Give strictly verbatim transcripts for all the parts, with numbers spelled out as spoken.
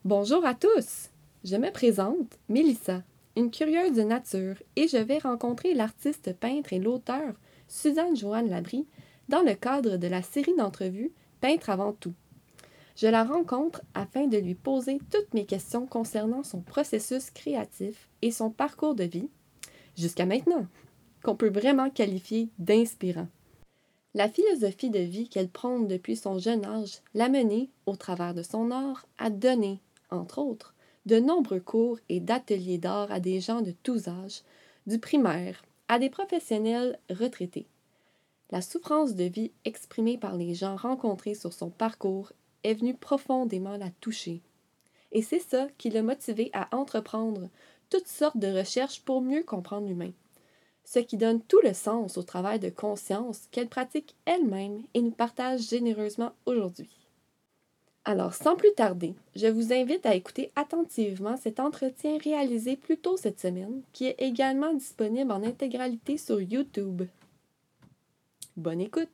Bonjour à tous! Je me présente, Mélissa, une curieuse de nature, et je vais rencontrer l'artiste peintre et l'auteur Suzanne Joanne Labrie dans le cadre de la série d'entrevues Peintre avant tout. Je la rencontre afin de lui poser toutes mes questions concernant son processus créatif et son parcours de vie, jusqu'à maintenant, qu'on peut vraiment qualifier d'inspirant. La philosophie de vie qu'elle prône depuis son jeune âge l'a menée, au travers de son art, à donner, entre autres, de nombreux cours et d'ateliers d'art à des gens de tous âges, du primaire à des professionnels retraités. La souffrance de vie exprimée par les gens rencontrés sur son parcours est venue profondément la toucher. Et c'est ça qui l'a motivée à entreprendre toutes sortes de recherches pour mieux comprendre l'humain. Ce qui donne tout le sens au travail de conscience qu'elle pratique elle-même et nous partage généreusement aujourd'hui. Alors, sans plus tarder, je vous invite à écouter attentivement cet entretien réalisé plus tôt cette semaine, qui est également disponible en intégralité sur YouTube. Bonne écoute!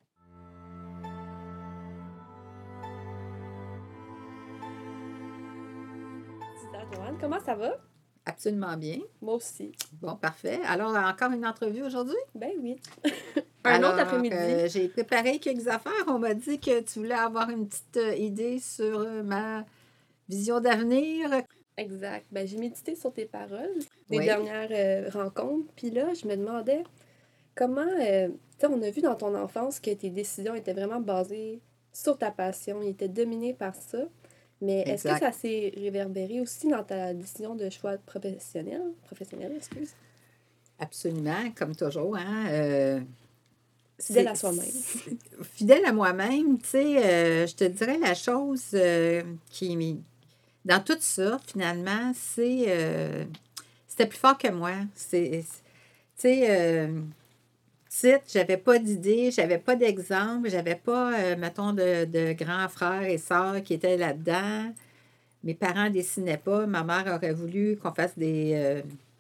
Joanne, comment ça va? Absolument bien. Moi aussi. Bon, parfait. Alors, encore une entrevue aujourd'hui? Ben oui. Un Alors, autre après-midi. Euh, j'ai préparé quelques affaires. On m'a dit que tu voulais avoir une petite euh, idée sur euh, ma vision d'avenir. Exact. Ben, j'ai médité sur tes paroles des Oui. dernières euh, rencontres. Puis là, je me demandais comment... euh, tu sais, on a vu dans ton enfance que tes décisions étaient vraiment basées sur ta passion. Ils étaient dominés par ça. Mais est-ce que Exact. ça s'est réverbéré aussi dans ta décision de choix professionnel? Professionnel, excuse. Absolument, comme toujours. Hein? Euh, Fidèle c'est- à soi-même. c'est- Fidèle à moi-même, tu sais, euh, je te dirais la chose euh, qui... m'y- Dans tout ça, finalement, c'est... euh, c'était plus fort que moi. C'est... c'est- Tu sais... euh, Petite, j'avais pas d'idée, j'avais pas d'exemple, j'avais pas, euh, mettons, de, de grands frères et sœurs qui étaient là-dedans. Mes parents dessinaient pas. Ma mère aurait voulu qu'on fasse des, euh,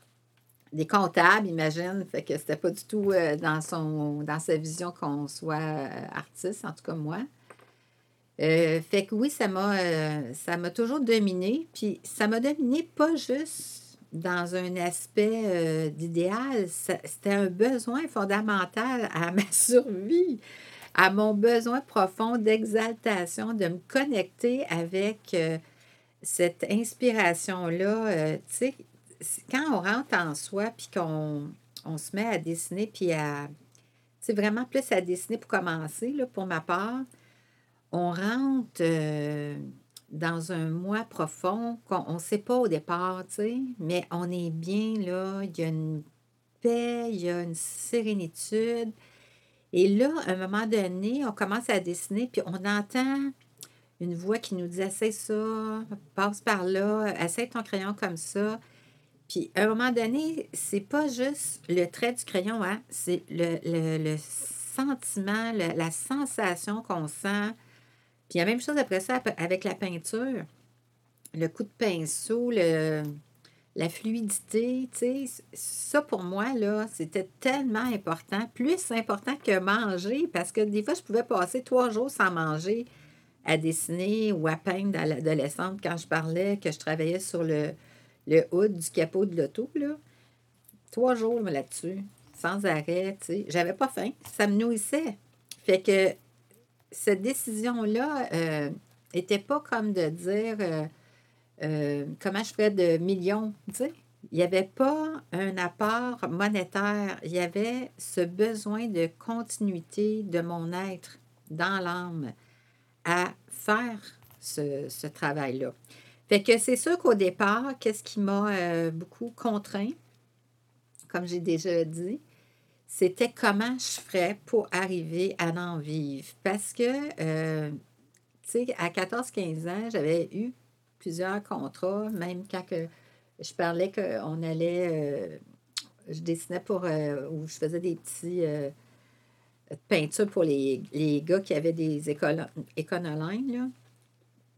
des comptables, imagine. Fait que c'était pas du tout euh, dans son dans sa vision qu'on soit euh, artiste, en tout cas moi. Euh, fait que oui, ça m'a euh, ça m'a toujours dominé. Puis ça m'a dominé pas juste dans un aspect euh, d'idéal. Ça- C'était un besoin fondamental à ma survie, à mon besoin profond d'exaltation, de me connecter avec euh, cette inspiration-là. Euh, tu sais, c'est- quand on rentre en soi, puis qu'on on se met à dessiner, puis à, tu sais, vraiment plus à dessiner pour commencer, là, pour ma part, on rentre euh, dans un moi profond qu'on ne sait pas au départ, tu sais, mais on est bien là, il y a une paix, il y a une sérénitude. Et là, à un moment donné, on commence à dessiner, puis on entend une voix qui nous dit essaie ça, passe par là, essaie ton crayon comme ça. Puis à un moment donné, c'est pas juste le trait du crayon, hein, c'est le, le, le sentiment, le- la sensation qu'on sent. Puis la même chose après ça avec la peinture. Le coup de pinceau, le, la fluidité, tu sais, ça pour moi, là, c'était tellement important, plus important que manger, parce que des fois, je pouvais passer trois jours sans manger à dessiner ou à peindre à l'adolescente quand je parlais, que je travaillais sur le, le hood du capot de l'auto, là. Trois jours là-dessus, sans arrêt, tu sais. J'avais pas faim, ça me nourrissait. Fait que cette décision-là euh, était pas comme de dire euh, euh, comment je ferais de millions, tu sais. Il n'y avait pas un apport monétaire. Il y avait ce besoin de continuité de mon être dans l'âme à faire ce, ce travail-là. Fait que c'est sûr qu'au départ, qu'est-ce qui m'a euh, beaucoup contraint, comme j'ai déjà dit, c'était comment je ferais pour arriver à en vivre. Parce que, euh, tu sais, à quatorze quinze ans, j'avais eu plusieurs contrats, même quand que je parlais qu'on allait, euh, je dessinais pour, euh, ou je faisais des petits euh, peintures pour les, les gars qui avaient des écoles, éconolines, là.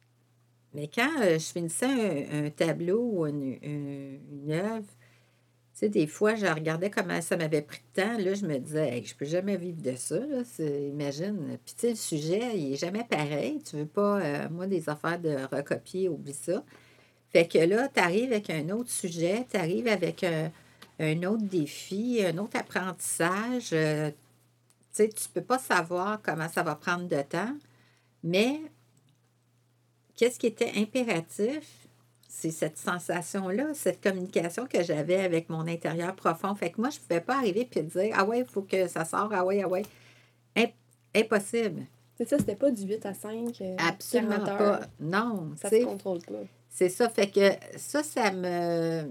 Mais quand euh, je finissais un, un tableau ou une, une, une œuvre, sais, des fois, je regardais comment ça m'avait pris de temps. Là, je me disais, hey, je peux jamais vivre de ça. Là, c'est- imagine. Puis, tu sais, le sujet, il est jamais pareil. Tu veux pas, euh, moi, des affaires de recopier, oublie ça. Fait que là, tu arrives avec un autre sujet, tu arrives avec un, un autre défi, un autre apprentissage. Euh, tu sais, tu peux pas savoir comment ça va prendre de temps, mais qu'est-ce qui était impératif? C'est cette sensation-là, cette communication que j'avais avec mon intérieur profond. Fait que moi, je ne pouvais pas arriver et dire, ah ouais, il faut que ça sorte, ah ouais, ah ouais. Imp- impossible. C'est ça, c'était pas du huit à cinq, euh, Absolument quarante pas. heures. Non, Ça tu se sais, contrôle pas. c'est ça. Fait que ça, ça me.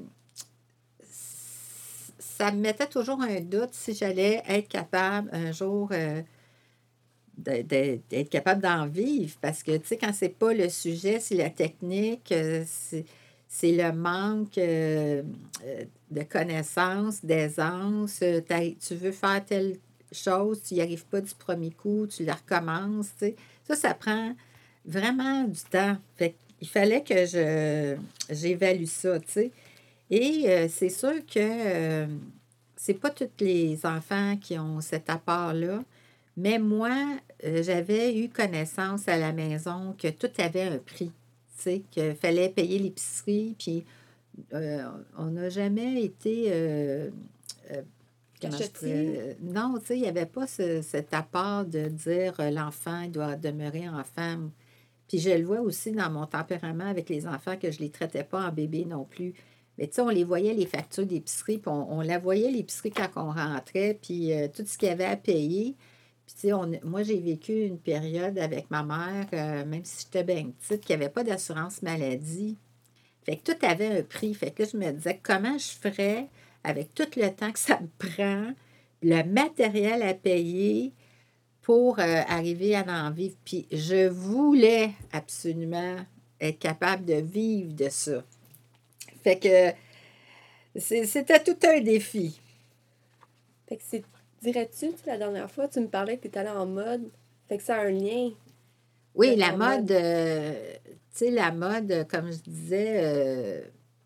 Ça me mettait toujours un doute si j'allais être capable un jour euh, de- de- d'être capable d'en vivre. Parce que, tu sais, quand c'est pas le sujet, c'est la technique, euh, c'est, c'est le manque euh, euh, de connaissances, d'aisance. euh, t'arri- Tu veux faire telle chose, tu n'y arrives pas du premier coup, tu la recommences, tu sais. Ça, ça prend vraiment du temps. Fait qu'il fallait que je j'évalue ça, tu sais. Et euh, c'est sûr que euh, c'est pas tous les enfants qui ont cet apport-là, mais moi, euh, j'avais eu connaissance à la maison que tout avait un prix, tu sais, qu'il fallait payer l'épicerie, puis euh, on n'a jamais été, euh, euh, comment je Cachetier. pourrais... Non, tu sais, il n'y avait pas ce- cet apport de dire euh, l'enfant il doit demeurer enfant. Puis je le vois aussi dans mon tempérament avec les enfants que je ne les traitais pas en bébé non plus. Mais tu sais, on les voyait, les factures d'épicerie, puis on, on la voyait, l'épicerie, quand on rentrait, puis euh, tout ce qu'il y avait à payer. Puis tu sais, on- moi, j'ai vécu une période avec ma mère, euh, même si j'étais bien petite, qui n'avait pas d'assurance maladie. Fait que tout avait un prix. Fait que là, je me disais, comment je ferais avec tout le temps que ça me prend, le matériel à payer, pour euh, arriver à en vivre. Puis je voulais absolument être capable de vivre de ça. Fait que c'est- c'était tout un défi. Fait que c'est. Dirais-tu, tu sais, la dernière fois, tu me parlais que tu étais allée en mode. Fait que ça a un lien. Oui, d'être la en mode, euh, tu sais, la mode, comme je disais, euh,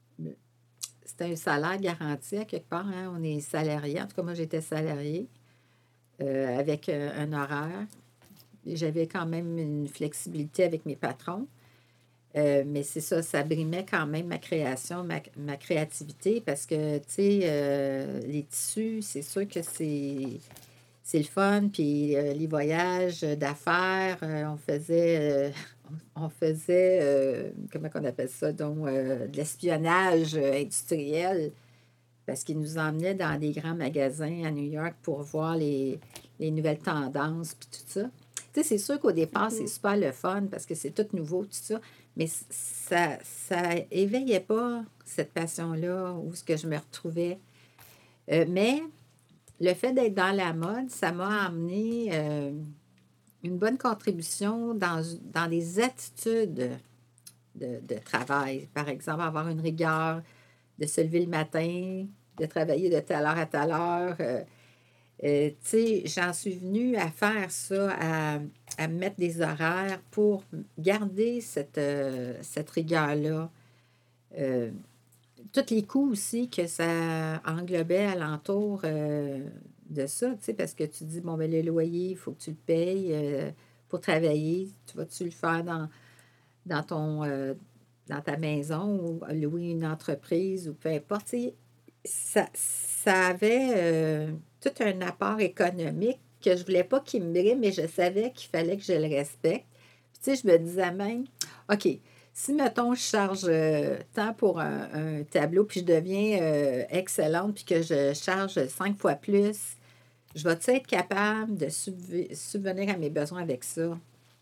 c'est un salaire garanti à quelque part. Hein. On est salarié. En tout cas, moi, j'étais salariée euh, avec euh, un horaire. J'avais quand même une flexibilité avec mes patrons. Euh, mais c'est ça, ça brimait quand même ma création, ma, ma créativité, parce que, tu sais, euh, les tissus, c'est sûr que c'est, c'est le fun, puis euh, les voyages d'affaires, euh, on faisait, euh, on faisait, euh, comment on appelle ça, donc, euh, de l'espionnage euh, industriel, parce qu'ils nous emmenaient dans des grands magasins à New York pour voir les, les nouvelles tendances, puis tout ça. Tu sais, c'est sûr qu'au départ, c'est Mhm. super le fun parce que c'est tout nouveau, tout ça, mais ça ça éveillait pas cette passion-là où ce que je me retrouvais. Euh, mais le fait d'être dans la mode, ça m'a amené euh, une bonne contribution dans, dans des attitudes de, de travail. Par exemple, avoir une rigueur, de se lever le matin, de travailler de telle heure à telle heure. Euh, euh, tu sais, j'en suis venue à faire ça, à, à mettre des horaires pour garder cette, euh, cette rigueur-là. Euh, tous les coûts aussi que ça englobait alentour euh, de ça, tu sais, parce que tu dis, bon, ben le loyer, il faut que tu le payes euh, pour travailler. Tu vas-tu le faire dans, dans ton euh, dans ta maison ou louer une entreprise ou peu importe. Tu sais, ça, ça avait euh, tout un apport économique que je voulais pas qu'il me brille, mais je savais qu'il fallait que je le respecte. Puis, tu sais, je me disais même, OK, si, mettons, je charge euh, tant pour un, un tableau, puis je deviens euh, excellente, puis que je charge cinq fois plus, je vais-tu être capable de subve- subvenir à mes besoins avec ça?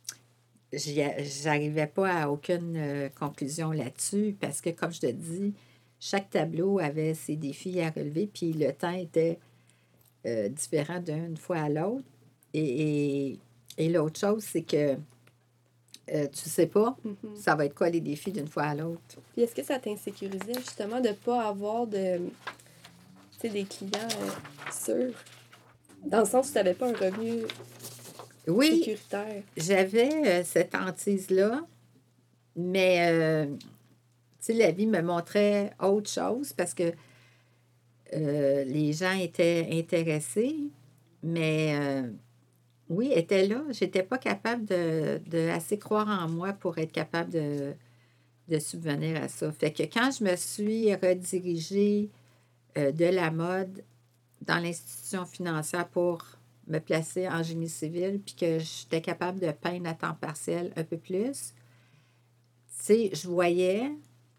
J'y a- J'arrivais pas à aucune euh, conclusion là-dessus parce que, comme je te dis, chaque tableau avait ses défis à relever, puis le temps était euh, différent d'une fois à l'autre. Et, et, et l'autre chose, c'est que euh, tu sais pas, Mhm. ça va être quoi les défis d'une fois à l'autre. Puis est-ce que ça t'insécurisait justement de pas avoir de. Tu sais, des clients euh, sûrs? Dans le sens où tu n'avais pas un revenu Oui, sécuritaire. j'avais euh, cette hantise-là, mais euh, tu sais, la vie me montrait autre chose parce que euh, les gens étaient intéressés, mais euh, oui, étaient là. J'étais pas capable de, de assez croire en moi pour être capable de, de subvenir à ça. Fait que quand je me suis redirigée euh, de la mode dans l'institution financière pour me placer en génie civil, puis que j'étais capable de peindre à temps partiel un peu plus, tu sais, je voyais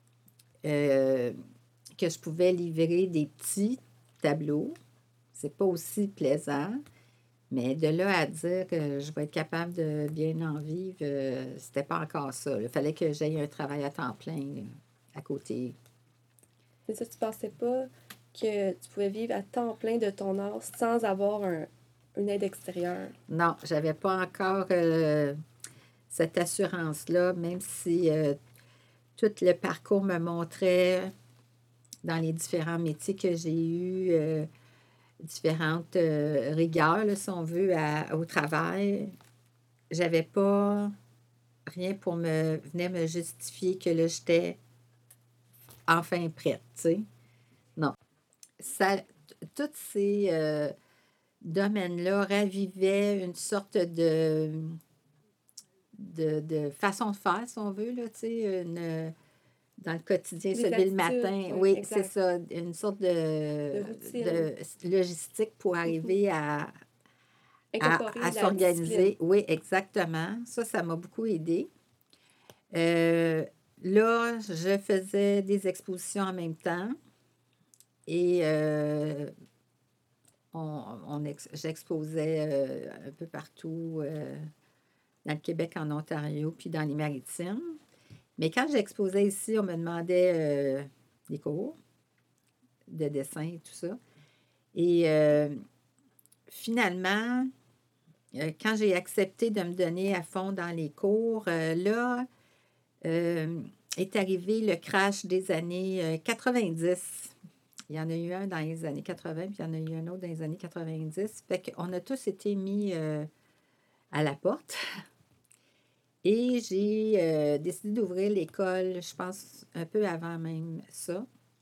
euh, que je pouvais livrer des petits tableaux. C'est pas aussi plaisant, mais de là à dire que je vais être capable de bien en vivre, euh, c'était pas encore ça. Il fallait que j'aie un travail à temps plein là, à côté. C'est ça, tu pensais pas que tu pouvais vivre à temps plein de ton art sans avoir un, une aide extérieure? Non, j'avais pas encore euh, cette assurance-là, même si euh, tout le parcours me montrait dans les différents métiers que j'ai eus, euh, différentes euh, rigueurs, là, si on veut, à- au travail. J'avais pas rien pour me venir me justifier que là, j'étais enfin prête, tu sais. Non. Ça, tous ces euh, domaines-là ravivaient une sorte de, de, de façon de faire, si on veut, là, tu sais, une dans le quotidien, Des se lever le attitudes, matin. oui, Oui, c'est exact. ça, une sorte De de, routine. de logistique pour arriver à, à, Incorporer à la discipline. s'organiser. Oui, exactement. Ça, ça m'a beaucoup aidé. Euh, là, je faisais des expositions en même temps et euh, on, on ex- j'exposais euh, un peu partout euh, dans le Québec, en Ontario, puis dans les Maritimes. Mais quand j'exposais ici, on me demandait euh, des cours de dessin et tout ça. Et euh, finalement, euh, quand j'ai accepté de me donner à fond dans les cours, euh, là euh, est arrivé le crash des années euh, quatre-vingt-dix. Il y en a eu un dans les années quatre-vingts, puis il y en a eu un autre dans les années quatre-vingt-dix. Fait qu'on a tous été mis euh, à la porte. Et j'ai euh, décidé d'ouvrir l'école, je pense, un peu avant même ça.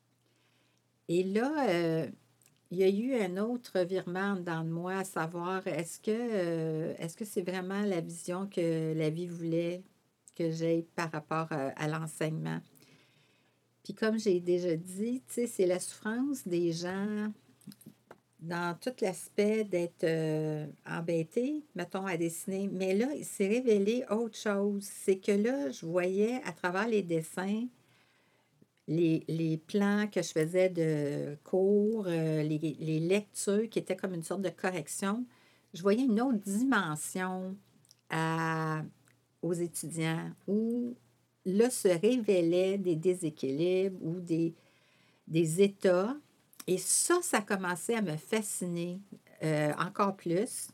Et là, euh, il y a eu un autre virement dans moi, à savoir, est-ce que euh, est-ce que c'est vraiment la vision que la vie voulait que j'aie par rapport à, à l'enseignement? Puis comme j'ai déjà dit, tu sais, c'est la souffrance des gens dans tout l'aspect d'être euh, embêté, mettons, à dessiner. Mais là, il s'est révélé autre chose. C'est que là, je voyais à travers les dessins, les, les plans que je faisais de cours, euh, les, les lectures qui étaient comme une sorte de correction, je voyais une autre dimension à- aux étudiants où là se révélaient des déséquilibres ou des, des états. Et ça, ça commençait à me fasciner euh, encore plus.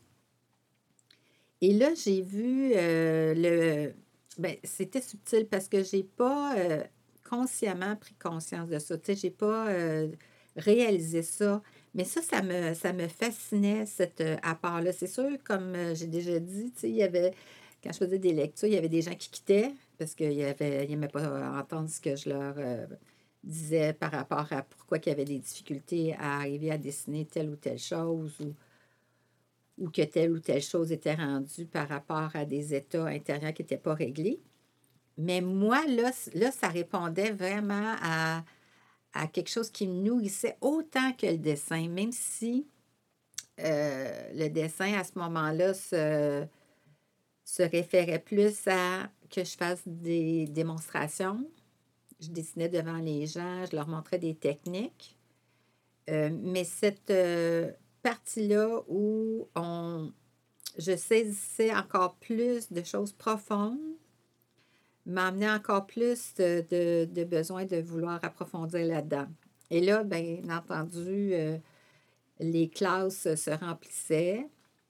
Et là, j'ai vu euh, le... Ben, c'était subtil parce que j'ai pas euh, consciemment pris conscience de ça. Tu sais, j'ai pas euh, réalisé ça. Mais ça, ça me, ça me fascinait, cet euh, apport-là. C'est sûr, comme euh, j'ai déjà dit, tu sais, il y avait... Quand je faisais des lectures, il y avait des gens qui quittaient parce qu'ils n'aimaient pas entendre ce que je leur euh, disais par rapport à pourquoi il y avait des difficultés à arriver à dessiner telle ou telle chose ou ou que telle ou telle chose était rendue par rapport à des états intérieurs qui n'étaient pas réglés. Mais moi, là, là ça répondait vraiment à, à quelque chose qui me nourrissait autant que le dessin, même si euh, le dessin, à ce moment-là, se, se référait plus à que je fasse des démonstrations. Je dessinais devant les gens, je leur montrais des techniques. Euh, mais cette euh, partie-là où on, je saisissais encore plus de choses profondes, m'amenait encore plus de, de, de besoin de vouloir approfondir là-dedans. Et là, bien entendu, euh, les classes se remplissaient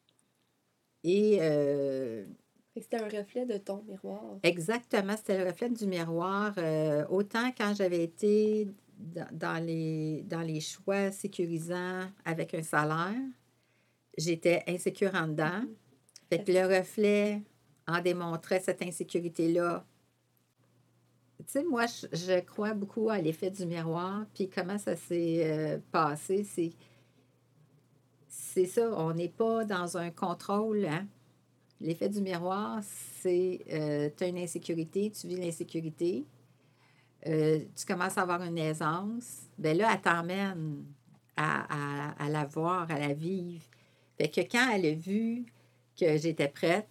et euh, Fait que c'était un reflet de ton miroir. exactement, c'était le reflet du miroir. Euh, autant quand j'avais été dans, dans les, dans les choix sécurisants avec un salaire, j'étais insécure en dedans. Mhm. Fait que le reflet en démontrait cette insécurité-là Tu sais, moi, je, je crois beaucoup à l'effet du miroir, puis comment ça s'est euh, passé, c'est, c'est ça, on n'est pas dans un contrôle, hein. L'effet du miroir, c'est, euh, tu as une insécurité, tu vis l'insécurité, euh, tu commences à avoir une aisance, bien là, elle t'emmène à, à, à la voir, à la vivre. Fait que quand elle a vu que j'étais prête,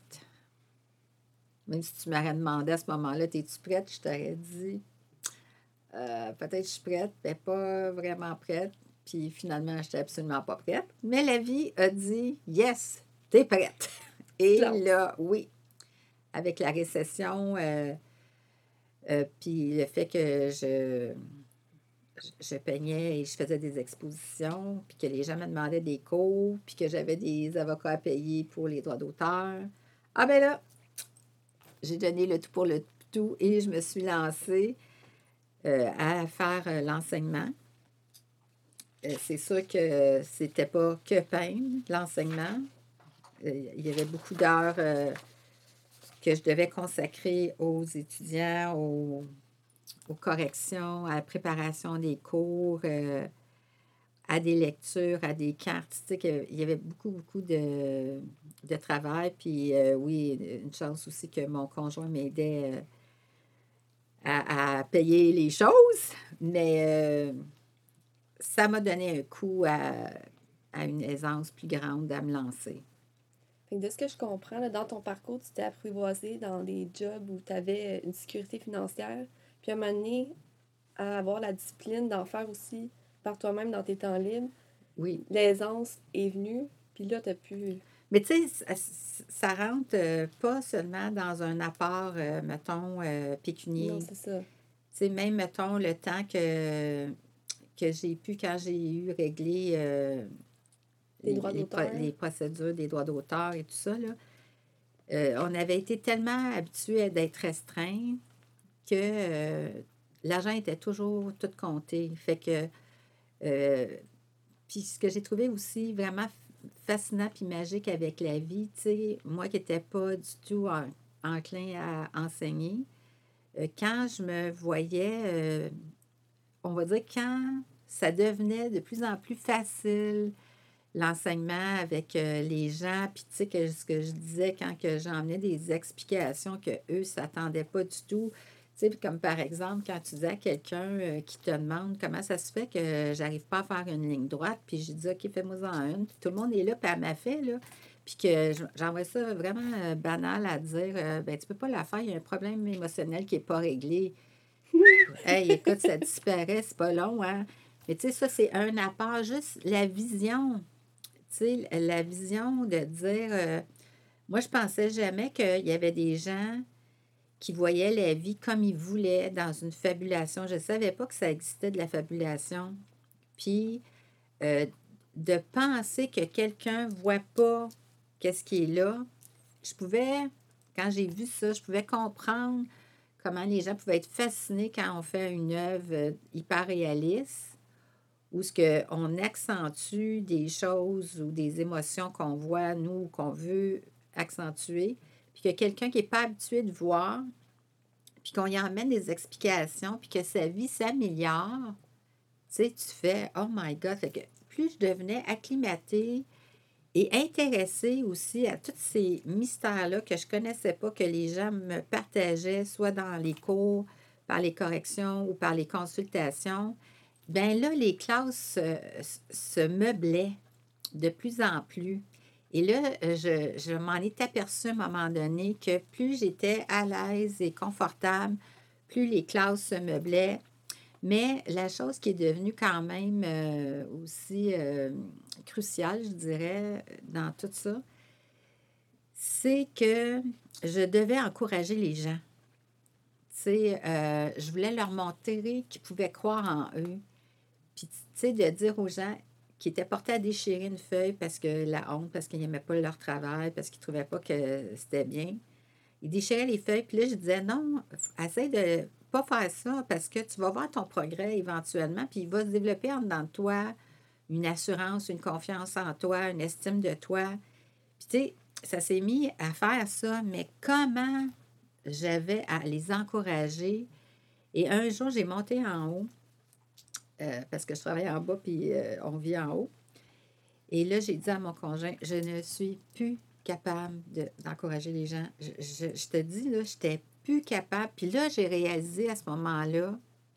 même si tu m'aurais demandé à ce moment-là, es-tu prête? Je t'aurais dit, euh, peut-être je suis prête, mais pas vraiment prête. Puis finalement, je n'étais absolument pas prête. Mais la vie a dit, yes, t'es prête. Et Classe. là, oui, avec la récession, euh, euh, puis le fait que je, je peignais et je faisais des expositions, puis que les gens me demandaient des cours, puis que j'avais des avocats à payer pour les droits d'auteur. Ah ben là, j'ai donné le tout pour le tout et je me suis lancée euh, à faire euh, l'enseignement. Euh, c'est sûr que c'était pas que peindre, l'enseignement. Euh, il y avait beaucoup d'heures euh, que je devais consacrer aux étudiants, aux, aux corrections, à la préparation des cours, euh, à des lectures, à des cartes. Tu sais, il y avait beaucoup, beaucoup de, de travail. Puis euh, oui, une chance aussi que mon conjoint m'aidait euh, à, à payer les choses. Mais euh, ça m'a donné un coup à, à une aisance plus grande à me lancer. Fait que de ce que je comprends, là, dans ton parcours, tu t'es apprivoisé dans des jobs où tu avais une sécurité financière, puis à un moment donné, à avoir la discipline d'en faire aussi par toi-même dans tes temps libres, Oui. l'aisance est venue, puis là, tu as pu... Mais tu sais, ça, ça rentre euh, pas seulement dans un apport, euh, mettons, euh, Non, pécunier. c'est ça. Tu sais, même, mettons, le temps que, que j'ai pu, quand j'ai eu réglé euh, Tes les, droits les, pro- d'auteur. les procédures des droits d'auteur et tout ça, là, euh, on avait été tellement habitués d'être restreints que euh, l'argent était toujours tout compté. Fait que, euh, puis ce que j'ai trouvé aussi vraiment fascinant puis magique avec la vie, tu sais, moi qui n'étais pas du tout en- enclin à enseigner, euh, quand je me voyais, euh, on va dire, quand ça devenait de plus en plus facile, l'enseignement avec euh, les gens, puis tu sais, que ce que je disais quand que j'emmenais des explications que eux ne s'attendaient pas du tout. Tu sais, comme par exemple, quand tu dis à quelqu'un euh, qui te demande comment ça se fait que j'arrive pas à faire une ligne droite, puis je dis, OK, fais-moi-en une. Puis tout le monde est là, puis elle m'a fait, là. Puis que j'envoie ça vraiment euh, banal à dire, euh, ben tu peux pas la faire, il y a un problème émotionnel qui n'est pas réglé. Hey, écoute, ça disparaît, c'est pas long, hein? Mais tu sais, ça, c'est un apport, juste la vision. Tu sais, la vision de dire, euh, moi, je pensais jamais qu'il y avait des gens qui voyaient la vie comme ils voulaient dans une fabulation. Je ne savais pas que ça existait de la fabulation. Puis, euh, de penser que quelqu'un ne voit pas qu'est-ce qui est là, je pouvais, quand j'ai vu ça, je pouvais comprendre comment les gens pouvaient être fascinés quand on fait une œuvre euh, hyper réaliste où ce qu'on accentue des choses ou des émotions qu'on voit, nous, qu'on veut accentuer, puis que quelqu'un qui n'est pas habitué de voir, puis qu'on y emmène des explications, puis que sa vie s'améliore, tu sais, tu fais « Oh my God! » Fait que plus je devenais acclimatée et intéressée aussi à tous ces mystères-là que je ne connaissais pas, que les gens me partageaient, soit dans les cours, par les corrections ou par les consultations, bien là, les classes euh, se meublaient de plus en plus. Et là, je, je m'en étais aperçue à un moment donné que plus j'étais à l'aise et confortable, plus les classes se meublaient. Mais la chose qui est devenue quand même euh, aussi euh, cruciale, je dirais, dans tout ça, c'est que je devais encourager les gens. Tu sais, euh, je voulais leur montrer qu'ils pouvaient croire en eux. Puis, tu sais, de dire aux gens qui étaient portés à déchirer une feuille parce que la honte, parce qu'ils n'aimaient pas leur travail, parce qu'ils ne trouvaient pas que c'était bien, ils déchiraient les feuilles. Puis là, je disais, non, essaie de pas faire ça parce que tu vas voir ton progrès éventuellement, puis il va se développer en dedans de toi une assurance, une confiance en toi, une estime de toi. Puis, tu sais, ça s'est mis à faire ça, mais comment j'avais à les encourager Et un jour, j'ai monté en haut, euh, parce que je travaille en bas, puis euh, on vit en haut. Et là, j'ai dit à mon conjoint, je ne suis plus capable de- d'encourager les gens. Je, je- je te dis, là, je n'étais plus capable. Puis là, j'ai réalisé à ce moment-là,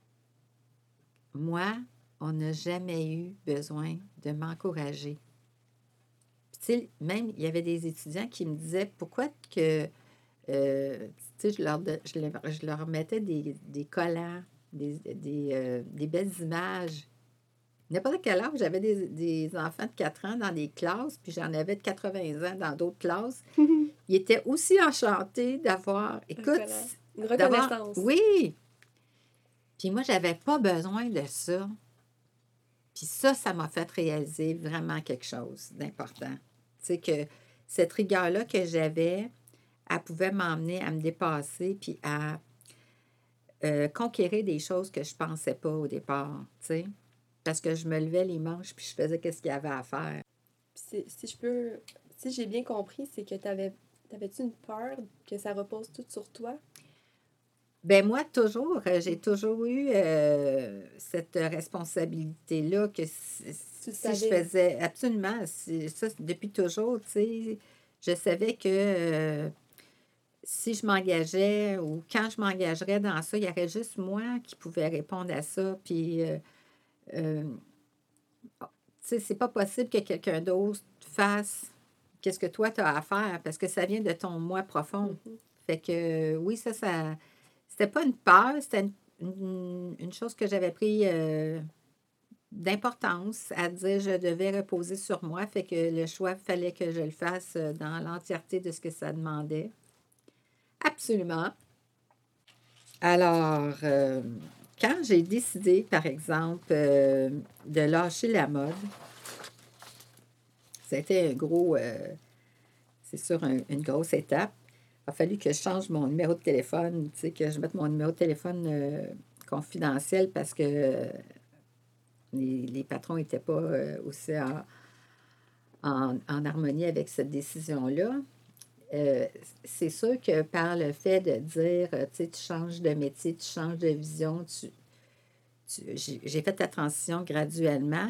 moi, on n'a jamais eu besoin de m'encourager. Puis, tu sais, même, il y avait des étudiants qui me disaient, pourquoi que, euh, tu sais, je leur, de- je, leur, je leur mettais des, des collants, des, des, euh, des belles images. N'importe quel âge, j'avais des, des enfants de quatre ans dans des classes, puis j'en avais de quatre-vingts ans dans d'autres classes. Ils étaient aussi enchantés d'avoir, écoute, Reconnaît- Une d'avoir, reconnaissance. oui. Puis moi, j'avais pas besoin de ça. Puis ça, ça m'a fait réaliser vraiment quelque chose d'important. Tu sais, que cette rigueur-là que j'avais, elle pouvait m'emmener à me dépasser, puis à euh, conquérir des choses que je pensais pas au départ, tu sais. Parce que je me levais les manches, puis je faisais qu'est-ce qu'il y avait à faire. Puis c'est- si je peux, si j'ai bien compris, c'est que t'avais, t'avais-tu une peur que ça repose tout sur toi? Ben moi, toujours, euh, j'ai toujours eu euh, cette responsabilité-là que si, Tu le si je savais. faisais absolument, si- ça, c'est depuis toujours, tu sais, je savais que euh, si je m'engageais ou quand je m'engagerais dans ça, il y aurait juste moi qui pouvais répondre à ça. Puis, euh, euh, tu sais, c'est pas possible que quelqu'un d'autre fasse qu'est-ce que toi, tu as à faire parce que ça vient de ton moi profond. Mhm. Fait que, oui, ça, ça. C'était pas une peur, c'était une, une- une chose que j'avais pris euh, d'importance à dire je devais reposer sur moi. Fait que le choix, fallait que je le fasse euh, dans l'entièreté de ce que ça demandait. Absolument. Alors, euh, quand j'ai décidé, par exemple, euh, de lâcher la mode, ça a été un gros, euh, c'est sûr, un- une grosse étape. Il a fallu que je change mon numéro de téléphone, tu sais, que je mette mon numéro de téléphone euh, confidentiel parce que euh, les, les patrons n'étaient pas euh, aussi en, en- en harmonie avec cette décision-là. Euh, c'est sûr que par le fait de dire, euh, tu sais, tu changes de métier, tu changes de vision, tu, tu- j'ai j'ai fait la transition graduellement,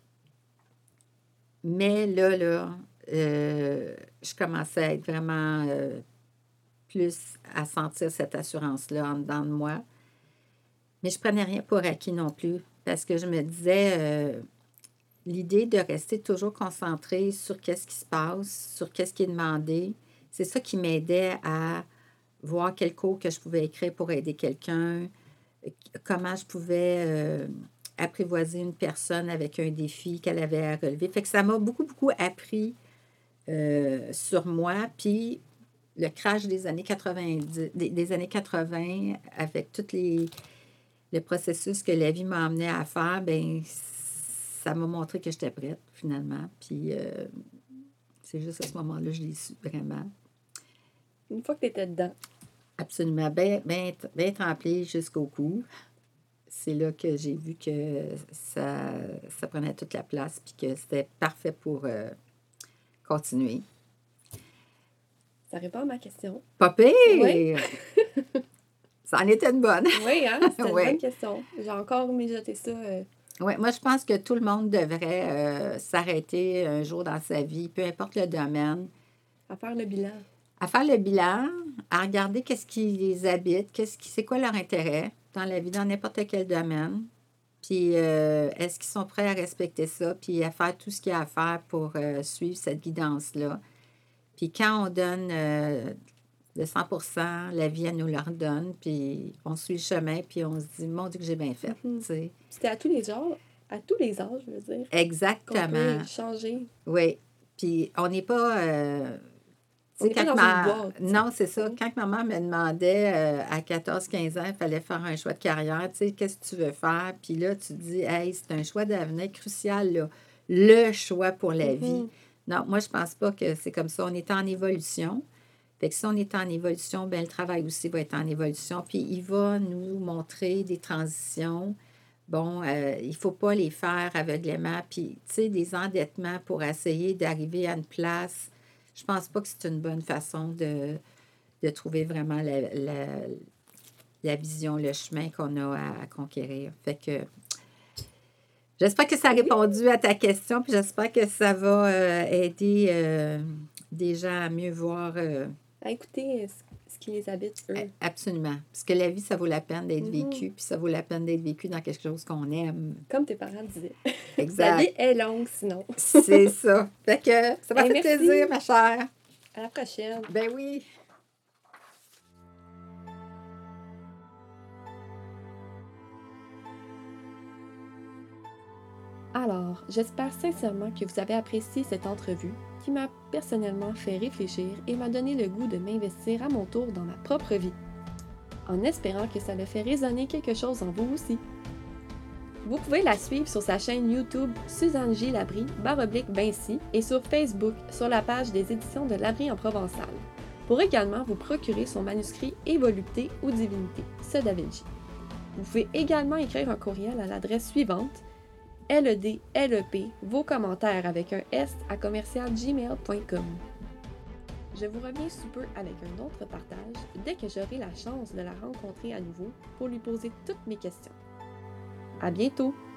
mais là, là, euh, je commençais à être vraiment euh, plus à sentir cette assurance-là en dedans de moi. Mais je prenais rien pour acquis non plus, parce que je me disais, euh, l'idée de rester toujours concentrée sur qu'est-ce qui se passe, sur qu'est-ce qui est demandé, c'est ça qui m'aidait à voir quel cours que je pouvais écrire pour aider quelqu'un, euh, comment je pouvais euh, apprivoiser une personne avec un défi qu'elle avait à relever. Fait que ça m'a beaucoup, beaucoup appris euh, sur moi. Puis le crash des années quatre-vingt-dix, des, des années quatre-vingts, avec tous les, le processus que la vie m'a amené à faire, ben ça m'a montré que j'étais prête, finalement. Puis euh, c'est juste à ce moment-là que je l'ai su, vraiment. Une fois que tu étais dedans. Absolument, bien ben, ben trempé jusqu'au cou. C'est là que j'ai vu que ça, ça prenait toute la place puis que c'était parfait pour euh, continuer. Ça répond à ma question. Pas Oui, pire! Ça en était une bonne. oui, hein? C'était une Oui. bonne question. J'ai encore mijoté ça. euh, Ouais, moi, je pense que tout le monde devrait euh, s'arrêter un jour dans sa vie, peu importe le domaine, à faire le bilan. à faire le bilan, à regarder qu'est-ce qui les habite, qu'est-ce qui, c'est quoi leur intérêt dans la vie, dans n'importe quel domaine. Puis, euh, est-ce qu'ils sont prêts à respecter ça, puis à faire tout ce qu'il y a à faire pour euh, suivre cette guidance-là. Puis, quand on donne euh, de cent pour cent, la vie, elle nous le redonne, puis on suit le chemin, puis on se dit, mon Dieu, que j'ai bien fait, Mhm. tu sais. C'était à tous les genres, à tous les âges, je veux dire, qu'on Exactement. peut changer. Oui. Puis, on n'est pas... euh, On tu sais, n'est pas quand dans une ma... boîte. Non, c'est ça. Hein? Quand maman me demandait euh, à quatorze quinze ans, il fallait faire un choix de carrière, tu sais, qu'est-ce que tu veux faire? Puis là, tu te dis, hey, c'est un choix d'avenir crucial, là. Le choix pour la vie. Mhm. Non, moi, je pense pas que c'est comme ça. On est en évolution. Fait que si on est en évolution, bien, le travail aussi va être en évolution. Puis il va nous montrer des transitions. Bon, euh, il ne faut pas les faire aveuglément. Puis, tu sais, des endettements pour essayer d'arriver à une place. Je pense pas que c'est une bonne façon de, de trouver vraiment la, la- la vision, le chemin qu'on a à, à conquérir. Fait que j'espère que ça a répondu à ta question, puis j'espère que ça va euh, aider euh, des gens à mieux voir. Euh, à écouter ce, ce qui les habite, eux. Absolument. Parce que la vie, ça vaut la peine d'être Mhm. vécu, puis ça vaut la peine d'être vécu dans quelque chose qu'on aime. Comme tes parents disaient. Exact. La vie est longue, sinon. C'est ça. Fait que ça m'a Hey, fait merci. plaisir, ma chère. À la prochaine. Ben oui. Alors, j'espère sincèrement que vous avez apprécié cette entrevue qui m'a personnellement fait réfléchir et m'a donné le goût de m'investir à mon tour dans ma propre vie, en espérant que ça le fait résonner quelque chose en vous aussi. Vous pouvez la suivre sur sa chaîne YouTube Suzanne J. Labrie, barre oblique Vinci, et sur Facebook sur la page des éditions de Labrie en Provençal, pour également vous procurer son manuscrit Et volupté ou divinité, ce Da Vinci. Vous pouvez également écrire un courriel à l'adresse suivante ledlep, vos commentaires avec un S à commercial gmail point com. Je vous reviens sous peu avec un autre partage dès que j'aurai la chance de la rencontrer à nouveau pour lui poser toutes mes questions. À bientôt!